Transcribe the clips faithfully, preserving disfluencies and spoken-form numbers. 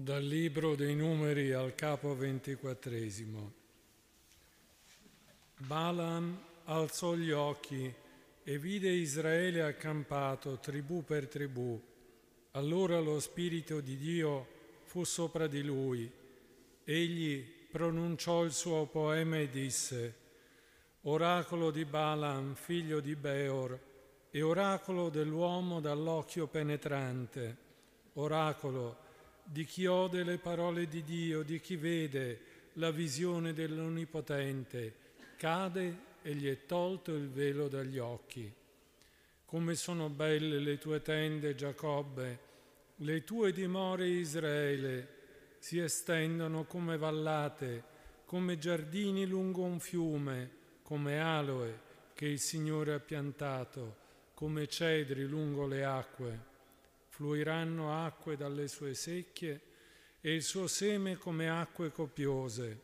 Dal Libro dei Numeri al capo ventiquattresimo. Balaam alzò gli occhi e vide Israele accampato tribù per tribù. Allora lo Spirito di Dio fu sopra di lui. Egli pronunciò il suo poema e disse: Oracolo di Balaam, figlio di Beor, e oracolo dell'uomo dall'occhio penetrante, oracolo di chi ode le parole di Dio, di chi vede la visione dell'Onnipotente, cade e gli è tolto il velo dagli occhi. Come sono belle le tue tende, Giacobbe, le tue dimore, Israele, si estendono come vallate, come giardini lungo un fiume, come aloe che il Signore ha piantato, come cedri lungo le acque. Fluiranno acque dalle sue secchie e il suo seme come acque copiose.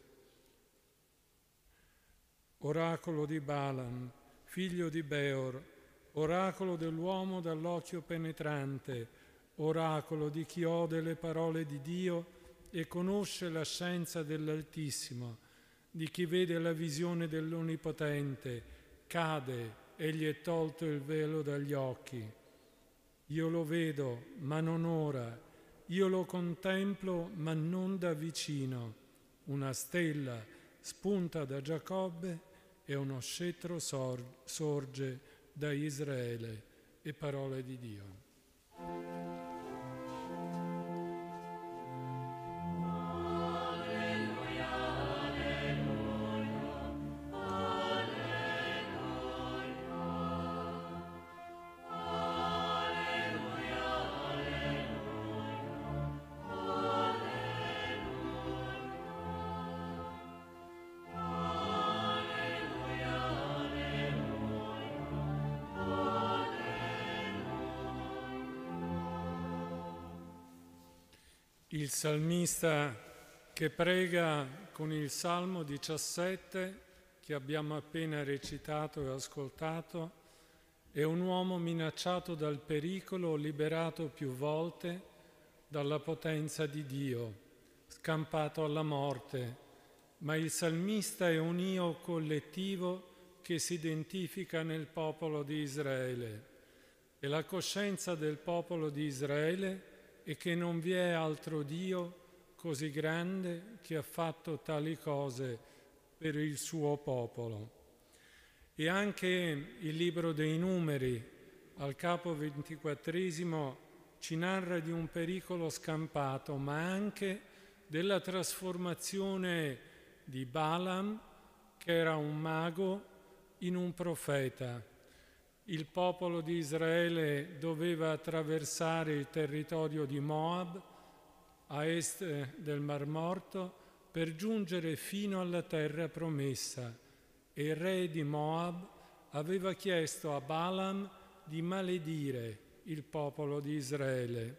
Oracolo di Balaam, figlio di Beor, oracolo dell'uomo dall'occhio penetrante, oracolo di chi ode le parole di Dio e conosce la scienza dell'Altissimo, di chi vede la visione dell'Onnipotente, cade e gli è tolto il velo dagli occhi. Io lo vedo, ma non ora, io lo contemplo, ma non da vicino. Una stella spunta da Giacobbe e uno scettro sor- sorge da Israele. E parole di Dio. Il salmista che prega con il Salmo diciassette, che abbiamo appena recitato e ascoltato, è un uomo minacciato dal pericolo, liberato più volte dalla potenza di Dio, scampato alla morte, ma il salmista è un io collettivo che si identifica nel popolo di Israele. E la coscienza del popolo di Israele e che non vi è altro Dio così grande che ha fatto tali cose per il suo popolo. E anche il Libro dei Numeri, al capo ventiquattresimo, ci narra di un pericolo scampato, ma anche della trasformazione di Balaam, che era un mago, in un profeta. Il popolo di Israele doveva attraversare il territorio di Moab a est del Mar Morto per giungere fino alla terra promessa e il re di Moab aveva chiesto a Balaam di maledire il popolo di Israele.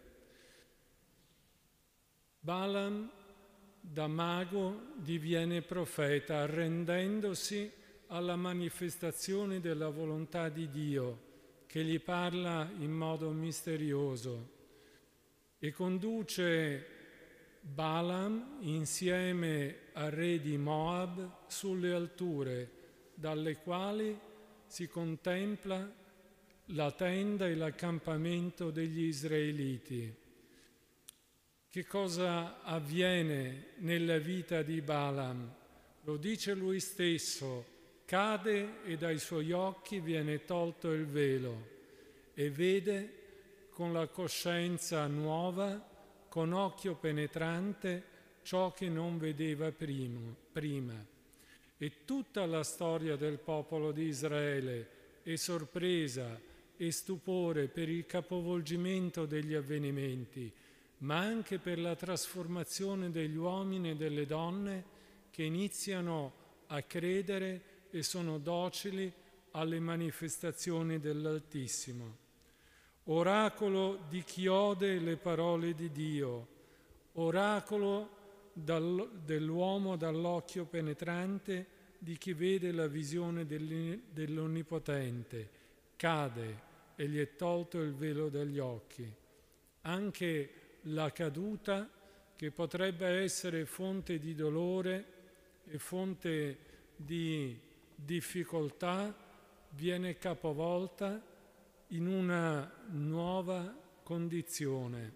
Balaam da mago diviene profeta arrendendosi alla manifestazione della volontà di Dio, che gli parla in modo misterioso e conduce Balaam insieme al re di Moab sulle alture, dalle quali si contempla la tenda e l'accampamento degli israeliti. Che cosa avviene nella vita di Balaam? Lo dice lui stesso: cade e dai suoi occhi viene tolto il velo e vede con la coscienza nuova, con occhio penetrante, ciò che non vedeva primo, prima. E tutta la storia del popolo di Israele è sorpresa e stupore per il capovolgimento degli avvenimenti, ma anche per la trasformazione degli uomini e delle donne che iniziano a credere e sono docili alle manifestazioni dell'Altissimo. Oracolo di chi ode le parole di Dio, oracolo dal, dell'uomo dall'occhio penetrante, di chi vede la visione dell'Onnipotente, cade e gli è tolto il velo dagli occhi. Anche la caduta che potrebbe essere fonte di dolore e fonte di difficoltà, viene capovolta in una nuova condizione.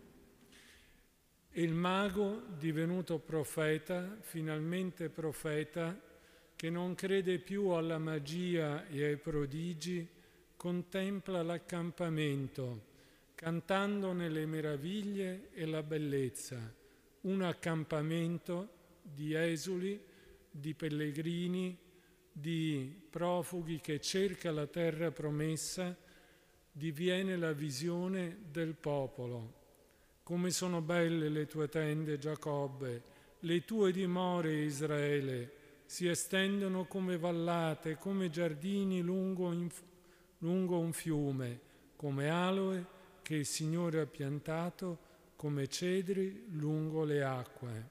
E il mago, divenuto profeta, finalmente profeta, che non crede più alla magia e ai prodigi, contempla l'accampamento, cantandone le meraviglie e la bellezza, un accampamento di esuli, di pellegrini, di profughi che cerca la terra promessa, diviene la visione del popolo. Come sono belle le tue tende, Giacobbe, le tue dimore, Israele, si estendono come vallate, come giardini lungo, in, lungo un fiume, come aloe che il Signore ha piantato, come cedri lungo le acque.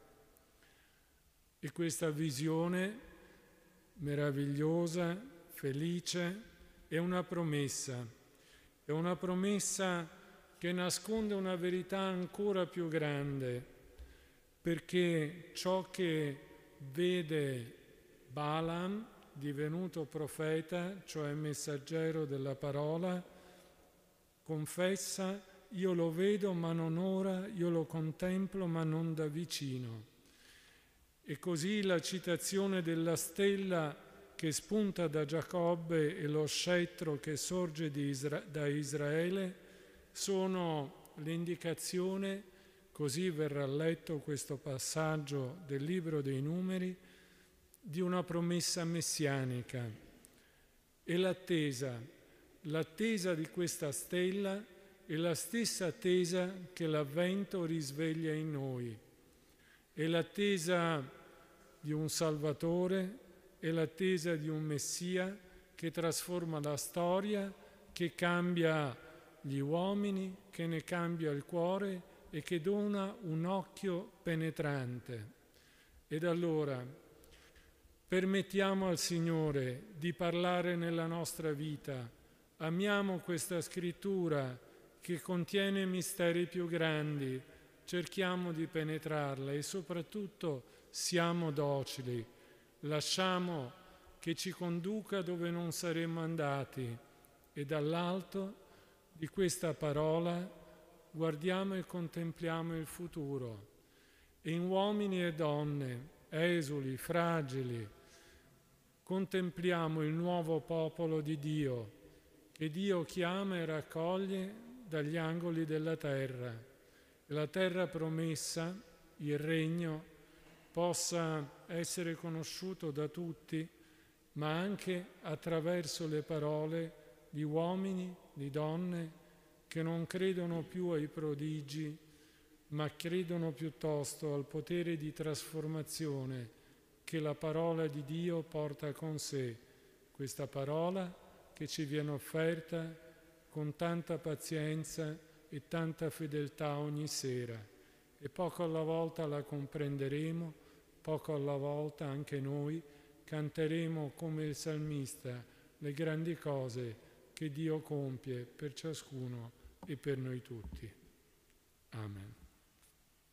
E questa visione meravigliosa, felice, è una promessa, è una promessa che nasconde una verità ancora più grande, perché ciò che vede Balaam, divenuto profeta, cioè messaggero della parola, confessa: io lo vedo ma non ora, io lo contemplo ma non da vicino. E così la citazione della stella che spunta da Giacobbe e lo scettro che sorge di Isra- da Israele sono l'indicazione, così verrà letto questo passaggio del libro dei Numeri, di una promessa messianica. E l'attesa, l'attesa di questa stella è la stessa attesa che l'Avvento risveglia in noi. È l'attesa di un Salvatore, è l'attesa di un Messia che trasforma la storia, che cambia gli uomini, che ne cambia il cuore e che dona un occhio penetrante. Ed allora permettiamo al Signore di parlare nella nostra vita, amiamo questa scrittura che contiene misteri più grandi, cerchiamo di penetrarla e soprattutto siamo docili, lasciamo che ci conduca dove non saremmo andati e dall'alto di questa parola guardiamo e contempliamo il futuro. E in uomini e donne, esuli, fragili, contempliamo il nuovo popolo di Dio, che Dio chiama e raccoglie dagli angoli della terra. E la terra promessa, il regno, possa essere conosciuto da tutti, ma anche attraverso le parole di uomini, di donne, che non credono più ai prodigi, ma credono piuttosto al potere di trasformazione che la parola di Dio porta con sé, questa parola che ci viene offerta con tanta pazienza e tanta fedeltà ogni sera, e poco alla volta la comprenderemo, poco alla volta anche noi canteremo come il salmista le grandi cose che Dio compie per ciascuno e per noi tutti. Amen.